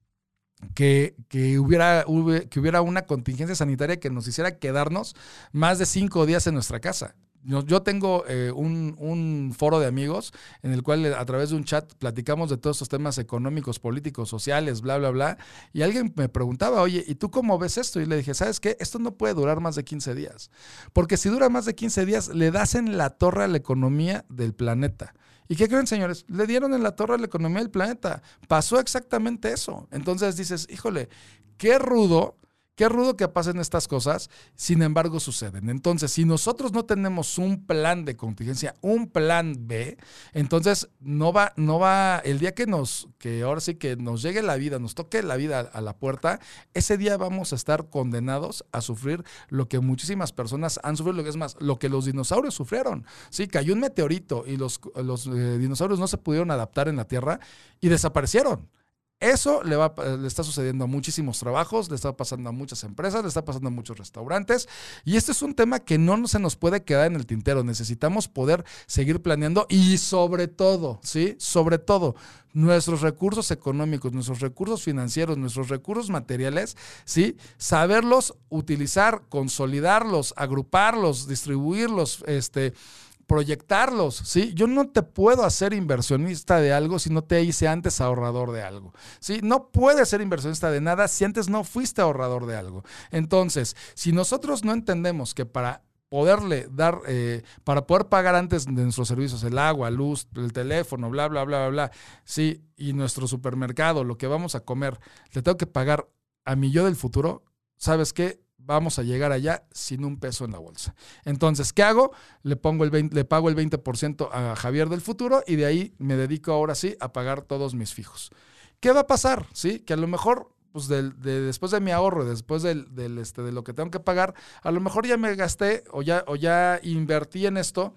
Que, que, hubiera, que hubiera una contingencia sanitaria que nos hiciera quedarnos más de cinco días en nuestra casa. Yo, yo tengo eh, un, un foro de amigos en el cual a través de un chat platicamos de todos estos temas económicos, políticos, sociales, bla, bla, bla. Y alguien me preguntaba, oye, ¿y tú cómo ves esto? Y le dije, ¿sabes qué? Esto no puede durar más de quince días. Porque si dura más de quince días, le das en la torre a la economía del planeta. ¿Y qué creen, señores? Le dieron en la torre a la economía del planeta. Pasó exactamente eso. Entonces dices, híjole, qué rudo, qué rudo que pasen estas cosas, sin embargo suceden. Entonces, si nosotros no tenemos un plan de contingencia, un plan B, entonces no va, no va, el día que nos, que ahora sí que nos llegue la vida, nos toque la vida a la puerta, ese día vamos a estar condenados a sufrir lo que muchísimas personas han sufrido, lo que es más, lo que los dinosaurios sufrieron. Sí, cayó un meteorito y los, los eh, dinosaurios no se pudieron adaptar en la Tierra y desaparecieron. Eso le, va, le está sucediendo a muchísimos trabajos, le está pasando a muchas empresas, le está pasando a muchos restaurantes. Y este es un tema que no se nos puede quedar en el tintero. Necesitamos poder seguir planeando y sobre todo, ¿sí? Sobre todo, nuestros recursos económicos, nuestros recursos financieros, nuestros recursos materiales, ¿sí? Saberlos utilizar, consolidarlos, agruparlos, distribuirlos, este... proyectarlos, ¿sí? Yo no te puedo hacer inversionista de algo si no te hice antes ahorrador de algo, ¿sí? No puedes ser inversionista de nada si antes no fuiste ahorrador de algo. Entonces, si nosotros no entendemos que para poderle dar, eh, para poder pagar antes de nuestros servicios, el agua, luz, el teléfono, bla, bla, bla, bla, bla, sí, y nuestro supermercado, lo que vamos a comer, le tengo que pagar a mi yo del futuro, ¿sabes qué? Vamos a llegar allá sin un peso en la bolsa. Entonces, ¿qué hago? Le, pongo el veinte, le pago el veinte por ciento a Javier del futuro y de ahí me dedico ahora sí a pagar todos mis fijos. ¿Qué va a pasar? ¿Sí? Que a lo mejor, pues del, de, después de mi ahorro, después del, del, este, de lo que tengo que pagar, a lo mejor ya me gasté o ya, o ya invertí en esto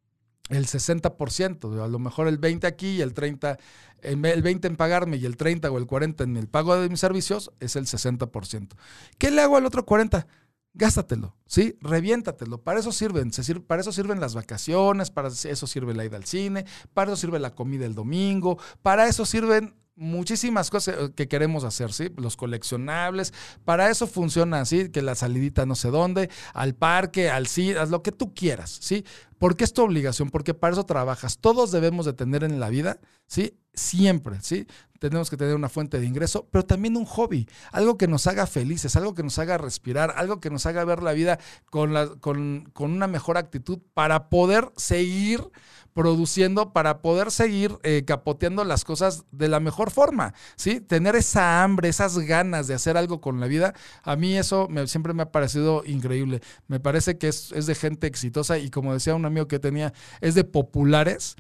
el sesenta por ciento, a lo mejor el veinte por ciento aquí y el treinta por ciento, el veinte por ciento en pagarme y el treinta por ciento o el cuarenta por ciento en el pago de mis servicios, es el sesenta por ciento. ¿Qué le hago al otro cuarenta por ciento? Gástatelo, ¿sí? Reviéntatelo. Para eso sirven, se sirve, para eso sirven las vacaciones, para eso sirve la ida al cine, para eso sirve la comida el domingo, para eso sirven muchísimas cosas que queremos hacer, ¿sí? Los coleccionables, para eso funciona así, que la salidita no sé dónde, al parque, al cine, haz lo que tú quieras, ¿sí? Porque es tu obligación, porque para eso trabajas. Todos debemos de tener en la vida, ¿sí? Siempre, ¿sí? Tenemos que tener una fuente de ingreso, pero también un hobby, algo que nos haga felices, algo que nos haga respirar, algo que nos haga ver la vida con, la, con, con una mejor actitud para poder seguir produciendo, para poder seguir eh, capoteando las cosas de la mejor forma, ¿sí? Tener esa hambre, esas ganas de hacer algo con la vida, a mí eso me, siempre me ha parecido increíble. Me parece que es, es de gente exitosa y como decía un amigo que tenía, es de populares,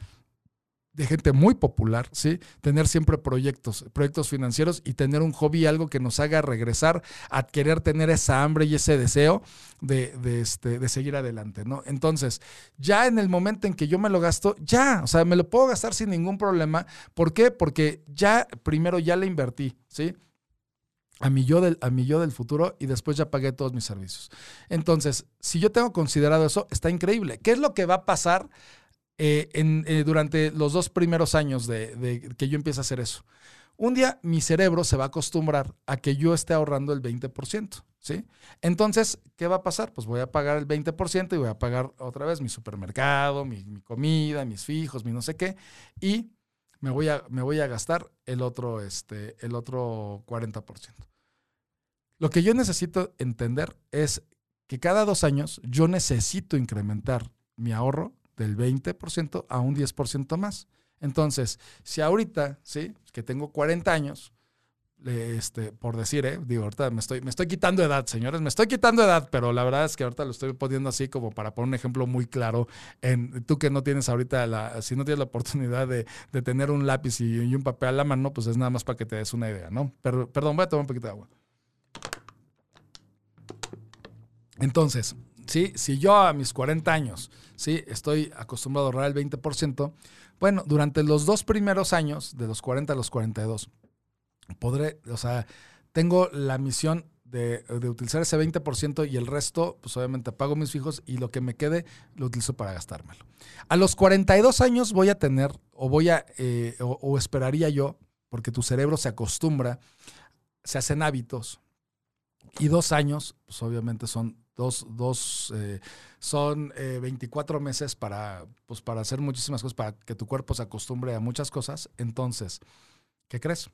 de gente muy popular, ¿sí? Tener siempre proyectos, proyectos financieros y tener un hobby, algo que nos haga regresar a querer tener esa hambre y ese deseo de, de, este, de seguir adelante, ¿no? Entonces, ya en el momento en que yo me lo gasto, ya, o sea, me lo puedo gastar sin ningún problema. ¿Por qué? Porque ya, primero ya le invertí, ¿sí? A mi, yo del, a mi yo del futuro y después ya pagué todos mis servicios. Entonces, si yo tengo considerado eso, está increíble. ¿Qué es lo que va a pasar Eh, en, eh, durante los dos primeros años de, de que yo empiece a hacer eso? un día mi cerebro se va a acostumbrar a que yo esté ahorrando el veinte por ciento, ¿sí? Entonces, ¿qué va a pasar? Pues voy a pagar el veinte por ciento y voy a pagar otra vez mi supermercado, mi, mi comida, mis fijos, mi no sé qué, y me voy a, me voy a gastar el otro, este, el otro cuarenta por ciento. Lo que yo necesito entender es que cada dos años yo necesito incrementar mi ahorro del veinte por ciento a un diez por ciento más. Entonces, si ahorita, ¿sí? Que tengo cuarenta años, este, por decir, ¿eh? Digo, ahorita me estoy, me estoy quitando edad, señores, me estoy quitando edad, pero la verdad es que ahorita lo estoy poniendo así como para poner un ejemplo muy claro. En, tú que no tienes ahorita, la, si no tienes la oportunidad de, de tener un lápiz y, y un papel a la mano, pues es nada más para que te des una idea, ¿no? Pero, perdón, voy a tomar un poquito de agua. Entonces, ¿sí? Si yo a mis cuarenta años, ¿sí? Estoy acostumbrado a ahorrar el veinte por ciento, bueno, durante los dos primeros años, de los cuarenta a los cuarenta y dos, podré, o sea, tengo la misión de, de utilizar ese veinte por ciento y el resto, pues obviamente pago mis fijos y lo que me quede lo utilizo para gastármelo. A los cuarenta y dos años voy a tener, o voy a, eh, o, o esperaría yo, porque tu cerebro se acostumbra, se hacen hábitos, y dos años, pues obviamente son Dos, dos eh, son eh, veinticuatro meses para, pues para hacer muchísimas cosas, para que tu cuerpo se acostumbre a muchas cosas. Entonces, ¿qué crees?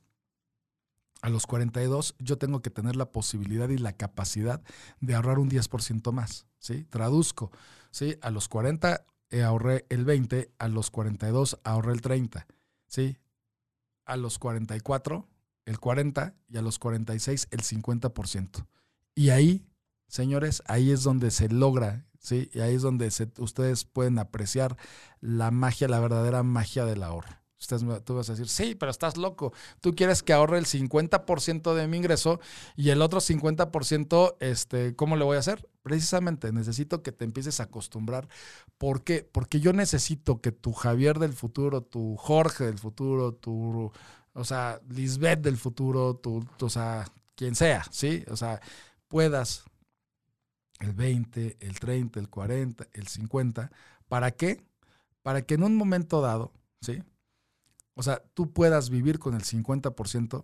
A los cuarenta y dos yo tengo que tener la posibilidad y la capacidad de ahorrar un diez por ciento más, ¿sí? Traduzco, ¿sí? A los cuarenta eh, ahorré el veinte, a los cuarenta y dos ahorré el treinta, ¿sí? A los cuarenta y cuatro el cuarenta y a los cuarenta y seis el cincuenta por ciento. Y ahí, señores, ahí es donde se logra, ¿sí? Y ahí es donde se, ustedes pueden apreciar la magia, la verdadera magia del ahorro. Ustedes, tú vas a decir, sí, pero estás loco. Tú quieres que ahorre el cincuenta por ciento de mi ingreso y el otro cincuenta por ciento, este, ¿cómo le voy a hacer? Precisamente necesito que te empieces a acostumbrar. ¿Por qué? Porque yo necesito que tu Javier del futuro, tu Jorge del futuro, tu, o sea, Lisbeth del futuro, tu, tu, o sea, quien sea, ¿sí? O sea, puedas el veinte, el treinta, el cuarenta, el cincuenta. ¿Para qué? Para que en un momento dado, ¿sí? O sea, tú puedas vivir con el cincuenta por ciento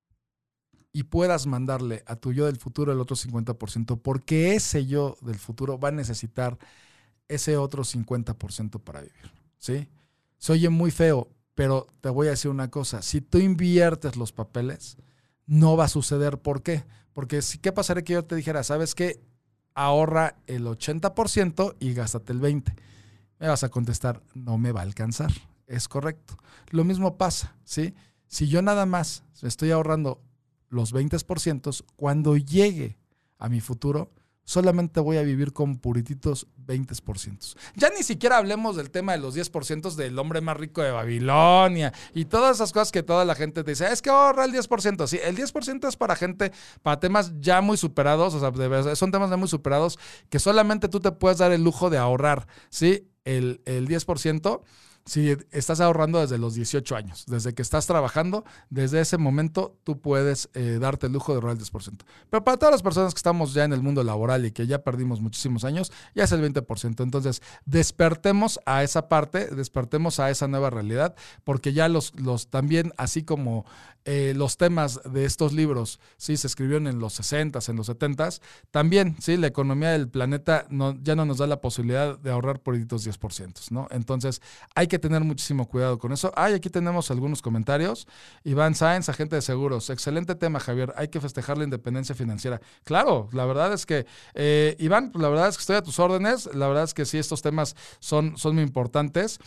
y puedas mandarle a tu yo del futuro el otro cincuenta por ciento, porque ese yo del futuro va a necesitar ese otro cincuenta por ciento para vivir, ¿sí? Se oye muy feo, pero te voy a decir una cosa. Si tú inviertes los papeles, no va a suceder. ¿Por qué? Porque si, ¿qué pasaría que yo te dijera, ¿sabes qué? Ahorra el ochenta por ciento y gástate el veinte por ciento. Me vas a contestar, no me va a alcanzar. Es correcto. Lo mismo pasa, ¿sí? Si yo nada más estoy ahorrando los veinte por ciento, cuando llegue a mi futuro, solamente voy a vivir con purititos veinte por ciento. Ya ni siquiera hablemos del tema de los diez por ciento del hombre más rico de Babilonia y todas esas cosas que toda la gente te dice, es que ahorra el diez por ciento. Sí, el diez por ciento es para gente, para temas ya muy superados, o sea, son temas ya muy superados que solamente tú te puedes dar el lujo de ahorrar, ¿sí? El, el diez por ciento. Si estás ahorrando desde los dieciocho años, desde que estás trabajando, desde ese momento tú puedes eh, darte el lujo de ahorrar el diez por ciento. Pero para todas las personas que estamos ya en el mundo laboral y que ya perdimos muchísimos años, ya es el veinte por ciento. Entonces, despertemos a esa parte, despertemos a esa nueva realidad, porque ya los, los también, así como eh, los temas de estos libros, sí, se escribieron en los sesentas, en los setentas, también, sí, la economía del planeta no, ya no nos da la posibilidad de ahorrar por estos diez por ciento, ¿no? Entonces, hay que tener muchísimo cuidado con eso. Ay, aquí tenemos algunos comentarios. Iván Sáenz, agente de seguros. Excelente tema, Javier. Hay que festejar la independencia financiera. Claro, la verdad es que, eh, Iván, la verdad es que estoy a tus órdenes. La verdad es que sí, estos temas son, son muy importantes.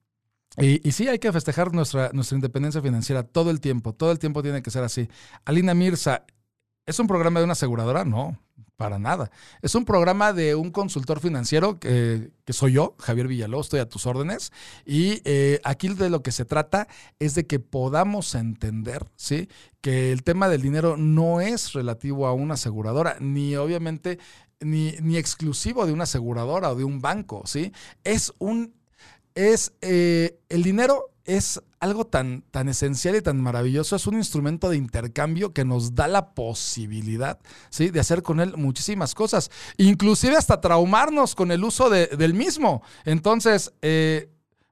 Y, y sí, hay que festejar nuestra, nuestra independencia financiera todo el tiempo. Todo el tiempo tiene que ser así. Alina Mirza, ¿es un programa de una aseguradora? No, para nada. Es un programa de un consultor financiero que, que soy yo, Javier Villalobos, estoy a tus órdenes. Y eh, aquí de lo que se trata es de que podamos entender, ¿sí? Que el tema del dinero no es relativo a una aseguradora, ni obviamente, ni, ni exclusivo de una aseguradora o de un banco, ¿sí? Es un, es, eh, el dinero es algo tan, tan esencial y tan maravilloso, es un instrumento de intercambio que nos da la posibilidad, ¿sí? De hacer con él muchísimas cosas, inclusive hasta traumarnos con el uso de, del mismo. Entonces, eh,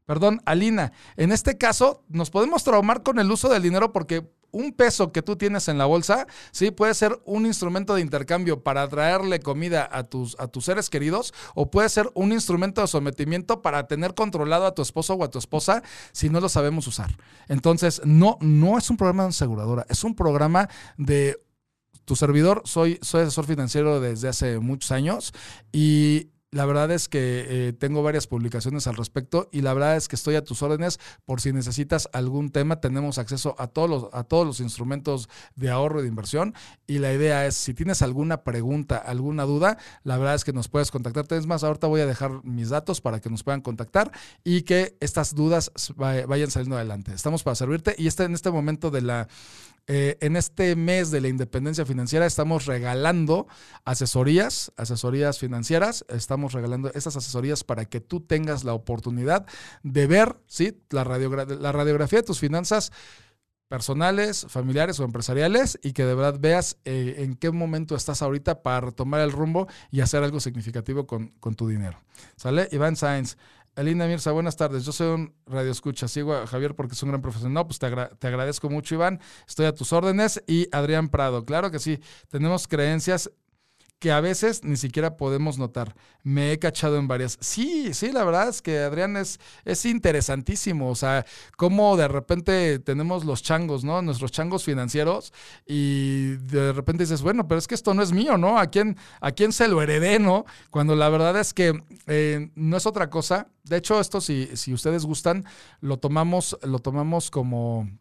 perdón, Alina, en este caso nos podemos traumar con el uso del dinero porque un peso que tú tienes en la bolsa, sí, puede ser un instrumento de intercambio para traerle comida a tus, a tus seres queridos, o puede ser un instrumento de sometimiento para tener controlado a tu esposo o a tu esposa si no lo sabemos usar. Entonces, no, no es un programa de aseguradora, es un programa de tu servidor. Soy, soy asesor financiero desde hace muchos años y la verdad es que eh, tengo varias publicaciones al respecto y la verdad es que estoy a tus órdenes por si necesitas algún tema. Tenemos acceso a todos los, a todos los instrumentos de ahorro y de inversión y la idea es, si tienes alguna pregunta, alguna duda, la verdad es que nos puedes contactar. Es más, ahorita voy a dejar mis datos para que nos puedan contactar y que estas dudas vayan saliendo adelante. Estamos para servirte y este, en este momento de la... Eh, en este mes de la independencia financiera estamos regalando asesorías, asesorías financieras. Estamos regalando estas asesorías para que tú tengas la oportunidad de ver, ¿sí?, la, radiogra- la radiografía de tus finanzas personales, familiares o empresariales y que de verdad veas eh, en qué momento estás ahorita para retomar el rumbo y hacer algo significativo con, con tu dinero. ¿Sale? Iván Sainz. Alina Mirza, buenas tardes. Yo soy un radioescucha. Sigo a Javier porque es un gran profesional. No, pues te, agra- te agradezco mucho, Iván. Estoy a tus órdenes. Y Adrián Prado, claro que sí. Tenemos creencias que a veces ni siquiera podemos notar. Me he cachado en varias. Sí, sí, la verdad es que Adrián es, es interesantísimo. O sea, cómo de repente tenemos los changos, ¿no? Nuestros changos financieros y de repente dices, bueno, pero es que esto no es mío, ¿no? ¿A quién, a quién se lo heredé, no? Cuando la verdad es que eh, no es otra cosa. De hecho, esto, si, si ustedes gustan, lo tomamos, lo tomamos como...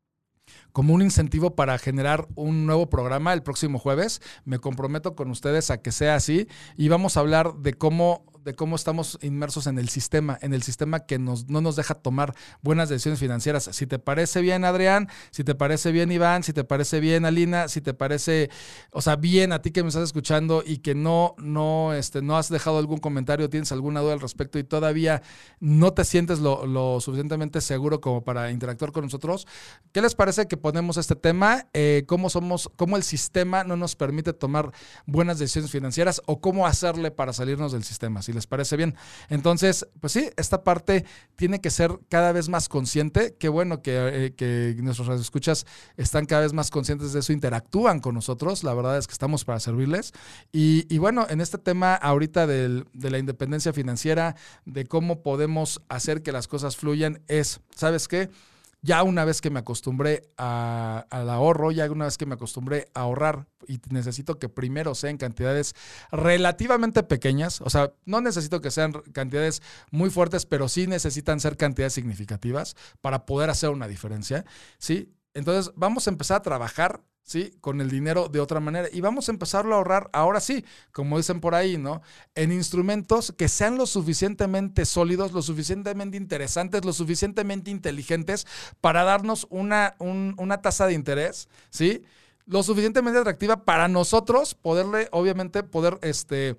como un incentivo para generar un nuevo programa el próximo jueves. Me comprometo con ustedes a que sea así y vamos a hablar de cómo, de cómo estamos inmersos en el sistema, en el sistema que nos, no nos deja tomar buenas decisiones financieras. Si te parece bien, Adrián, si te parece bien, Iván, si te parece bien, Alina, si te parece, o sea, bien a ti que me estás escuchando y que no, no, este, no has dejado algún comentario, tienes alguna duda al respecto y todavía no te sientes lo, lo suficientemente seguro como para interactuar con nosotros, ¿qué les parece que ponemos este tema? Eh, ¿Cómo somos, cómo el sistema no nos permite tomar buenas decisiones financieras o cómo hacerle para salirnos del sistema? Si les parece bien. Entonces, pues sí, esta parte tiene que ser cada vez más consciente. Qué bueno que, eh, que nuestros radioescuchas están cada vez más conscientes de eso, interactúan con nosotros. La verdad es que estamos para servirles. Y, y bueno, en este tema ahorita del, de la independencia financiera, de cómo podemos hacer que las cosas fluyan, es, ¿sabes qué? Ya una vez que me acostumbré a, al ahorro, ya una vez que me acostumbré a ahorrar y necesito que primero sean cantidades relativamente pequeñas, o sea, no necesito que sean cantidades muy fuertes, pero sí necesitan ser cantidades significativas para poder hacer una diferencia, ¿sí? Entonces vamos a empezar a trabajar, ¿sí?, con el dinero de otra manera y vamos a empezarlo a ahorrar ahora sí, como dicen por ahí, ¿no?, en instrumentos que sean lo suficientemente sólidos, lo suficientemente interesantes, lo suficientemente inteligentes para darnos una, un, una tasa de interés, ¿sí?, lo suficientemente atractiva para nosotros poderle, obviamente, poder este,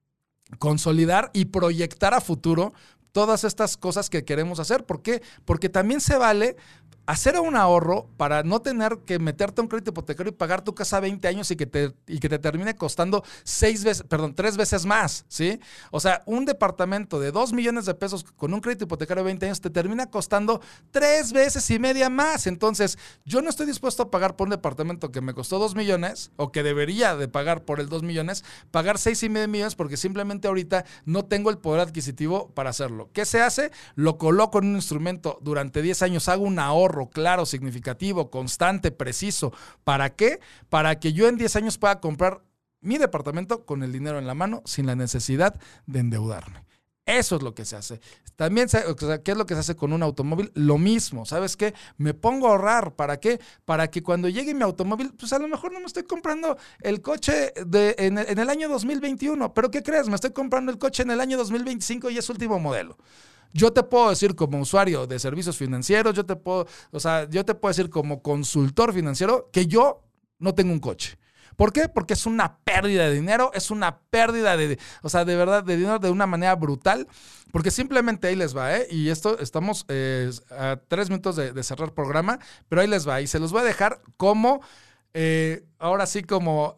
consolidar y proyectar a futuro todas estas cosas que queremos hacer. ¿Por qué? Porque también se vale hacer un ahorro para no tener que meterte a un crédito hipotecario y pagar tu casa veinte años y que te, y que te termine costando seis veces, perdón, tres veces más, ¿sí? O sea, un departamento de dos millones de pesos con un crédito hipotecario de veinte años te termina costando tres veces y media más. Entonces, yo no estoy dispuesto a pagar por un departamento que me costó dos millones o que debería de pagar por el dos millones, pagar seis y medio millones porque simplemente ahorita no tengo el poder adquisitivo para hacerlo. ¿Qué se hace? Lo coloco en un instrumento durante diez años, hago un ahorro claro, significativo, constante, preciso. ¿Para qué? Para que yo en diez años pueda comprar mi departamento con el dinero en la mano sin la necesidad de endeudarme. Eso es lo que se hace. También, o sea, ¿qué es lo que se hace con un automóvil? Lo mismo, ¿sabes qué? Me pongo a ahorrar. ¿Para qué? Para que cuando llegue mi automóvil, pues a lo mejor no me estoy comprando el coche de, en, en el año dos mil veintiuno, pero ¿qué crees? Me estoy comprando el coche en el año dos mil veinticinco y es último modelo. Yo te puedo decir como usuario de servicios financieros, yo te puedo, o sea, yo te puedo decir como consultor financiero que yo no tengo un coche. ¿Por qué? Porque es una pérdida de dinero, es una pérdida de, o sea, de verdad, de dinero de una manera brutal, porque simplemente ahí les va, ¿eh? Y esto, estamos eh, a tres minutos de, de cerrar programa, pero ahí les va, y se los voy a dejar como, eh, ahora sí como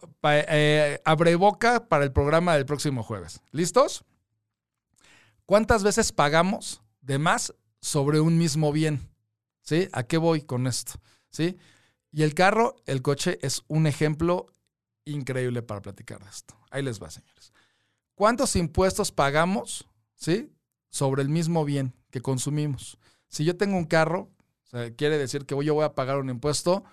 eh, abre boca para el programa del próximo jueves. ¿Listos? ¿Cuántas veces pagamos de más sobre un mismo bien. ¿Sí? ¿A qué voy con esto? ¿Sí? Y el carro, el coche, es un ejemplo increíble para platicar de esto. Ahí les va, señores. ¿Cuántos impuestos pagamos, ¿sí?, sobre el mismo bien que consumimos? Si yo tengo un carro, o sea, quiere decir que yo voy a pagar un impuesto,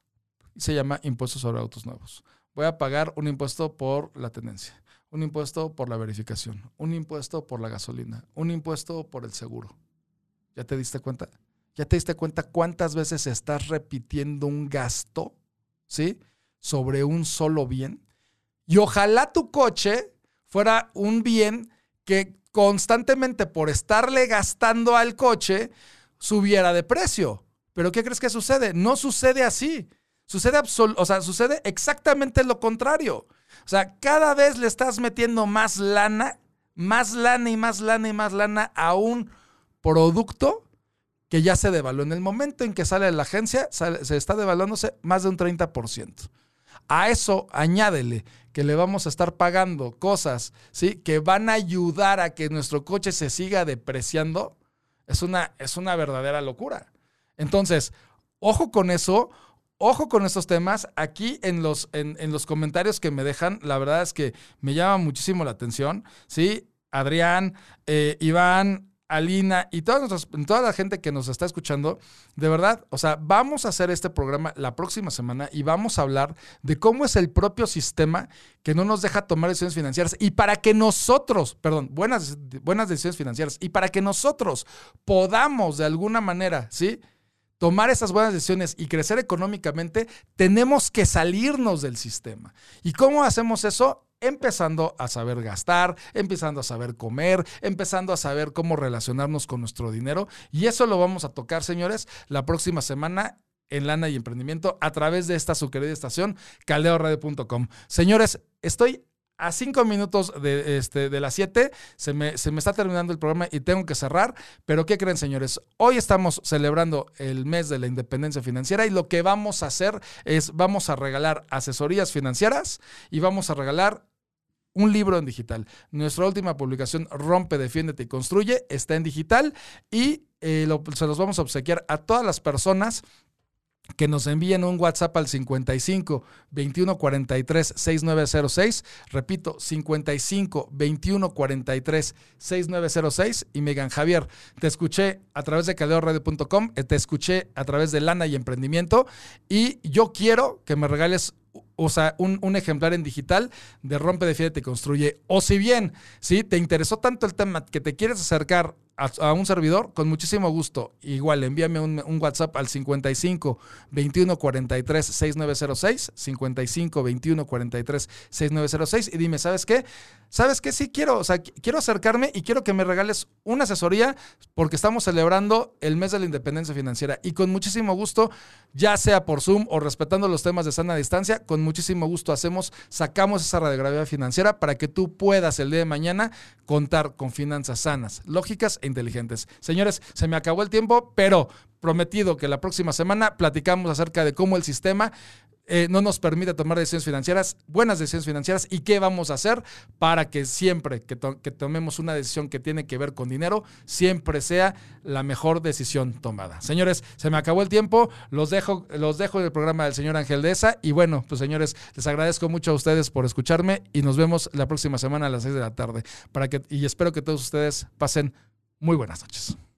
se llama impuesto sobre autos nuevos. Voy a pagar un impuesto por la tenencia, un impuesto por la verificación, un impuesto por la gasolina, un impuesto por el seguro. ¿Ya te diste cuenta? ¿Ya te diste cuenta cuántas veces estás repitiendo un gasto, ¿sí?, sobre un solo bien? Y ojalá tu coche fuera un bien que constantemente, por estarle gastando al coche, subiera de precio. ¿Pero qué crees que sucede? No sucede así. Sucede, absol- o sea, sucede exactamente lo contrario. O sea, cada vez le estás metiendo más lana, más lana y más lana y más lana a un producto que ya se devaluó. En el momento en que sale de la agencia, sale, se está devaluándose más de un treinta por ciento. A eso añádele que le vamos a estar pagando cosas, ¿sí?, que van a ayudar a que nuestro coche se siga depreciando. Es una, es una verdadera locura. Entonces, ojo con eso, ojo con estos temas. Aquí en los, en, en los comentarios que me dejan, la verdad es que me llama muchísimo la atención, ¿sí? Adrián, eh, Iván, Alina y toda, nuestras, toda la gente que nos está escuchando, de verdad, o sea, vamos a hacer este programa la próxima semana y vamos a hablar de cómo es el propio sistema que no nos deja tomar decisiones financieras y para que nosotros, perdón, buenas, buenas decisiones financieras y para que nosotros podamos de alguna manera, ¿sí?, tomar esas buenas decisiones y crecer económicamente, tenemos que salirnos del sistema. ¿Y cómo hacemos eso? Empezando a saber gastar, empezando a saber comer, empezando a saber cómo relacionarnos con nuestro dinero. Y eso lo vamos a tocar, señores, la próxima semana en Lana y Emprendimiento a través de esta su querida estación, caldeo radio punto com. Señores, estoy a cinco minutos de, este, de las siete, se me, se me está terminando el programa y tengo que cerrar, pero ¿qué creen, señores? Hoy estamos celebrando el mes de la independencia financiera y lo que vamos a hacer es, vamos a regalar asesorías financieras y vamos a regalar un libro en digital. Nuestra última publicación, Rompe, Defiéndete y Construye, está en digital y eh, lo, se los vamos a obsequiar a todas las personas que nos envíen un WhatsApp al cincuenta y cinco, veintiuno, cuarenta y tres, sesenta y nueve cero seis. Repito, cincuenta y cinco, veintiuno, cuarenta y tres, sesenta y nueve cero seis y me digan: Javier, te escuché a través de caldeo radio punto com, te escuché a través de Lana y Emprendimiento y yo quiero que me regales, o sea, un, un ejemplar en digital de Rompe, Defiéndete y Construye. O si bien, ¿sí?, te interesó tanto el tema que te quieres acercar a, a un servidor, con muchísimo gusto, igual envíame un, un WhatsApp al cincuenta y cinco, veintiuno, cuarenta y tres, sesenta y nueve cero seis, cincuenta y cinco, veintiuno, cuarenta y tres, sesenta y nueve cero seis y dime: ¿sabes qué? ¿Sabes qué? Sí quiero, o sea, quiero acercarme y quiero que me regales una asesoría porque estamos celebrando el mes de la independencia financiera y con muchísimo gusto, ya sea por Zoom o respetando los temas de sana distancia, con muchísimo gusto hacemos, sacamos esa radiografía financiera para que tú puedas el día de mañana contar con finanzas sanas, lógicas e inteligentes. Señores, se me acabó el tiempo, pero prometido que la próxima semana platicamos acerca de cómo el sistema eh, no nos permite tomar decisiones financieras, buenas decisiones financieras, y qué vamos a hacer para que siempre que, to- que tomemos una decisión que tiene que ver con dinero, siempre sea la mejor decisión tomada. Señores, se me acabó el tiempo, los dejo, los dejo en el programa del señor Ángel Deza y bueno, pues señores, les agradezco mucho a ustedes por escucharme y nos vemos la próxima semana a las seis de la tarde para que, y espero que todos ustedes pasen muy buenas noches.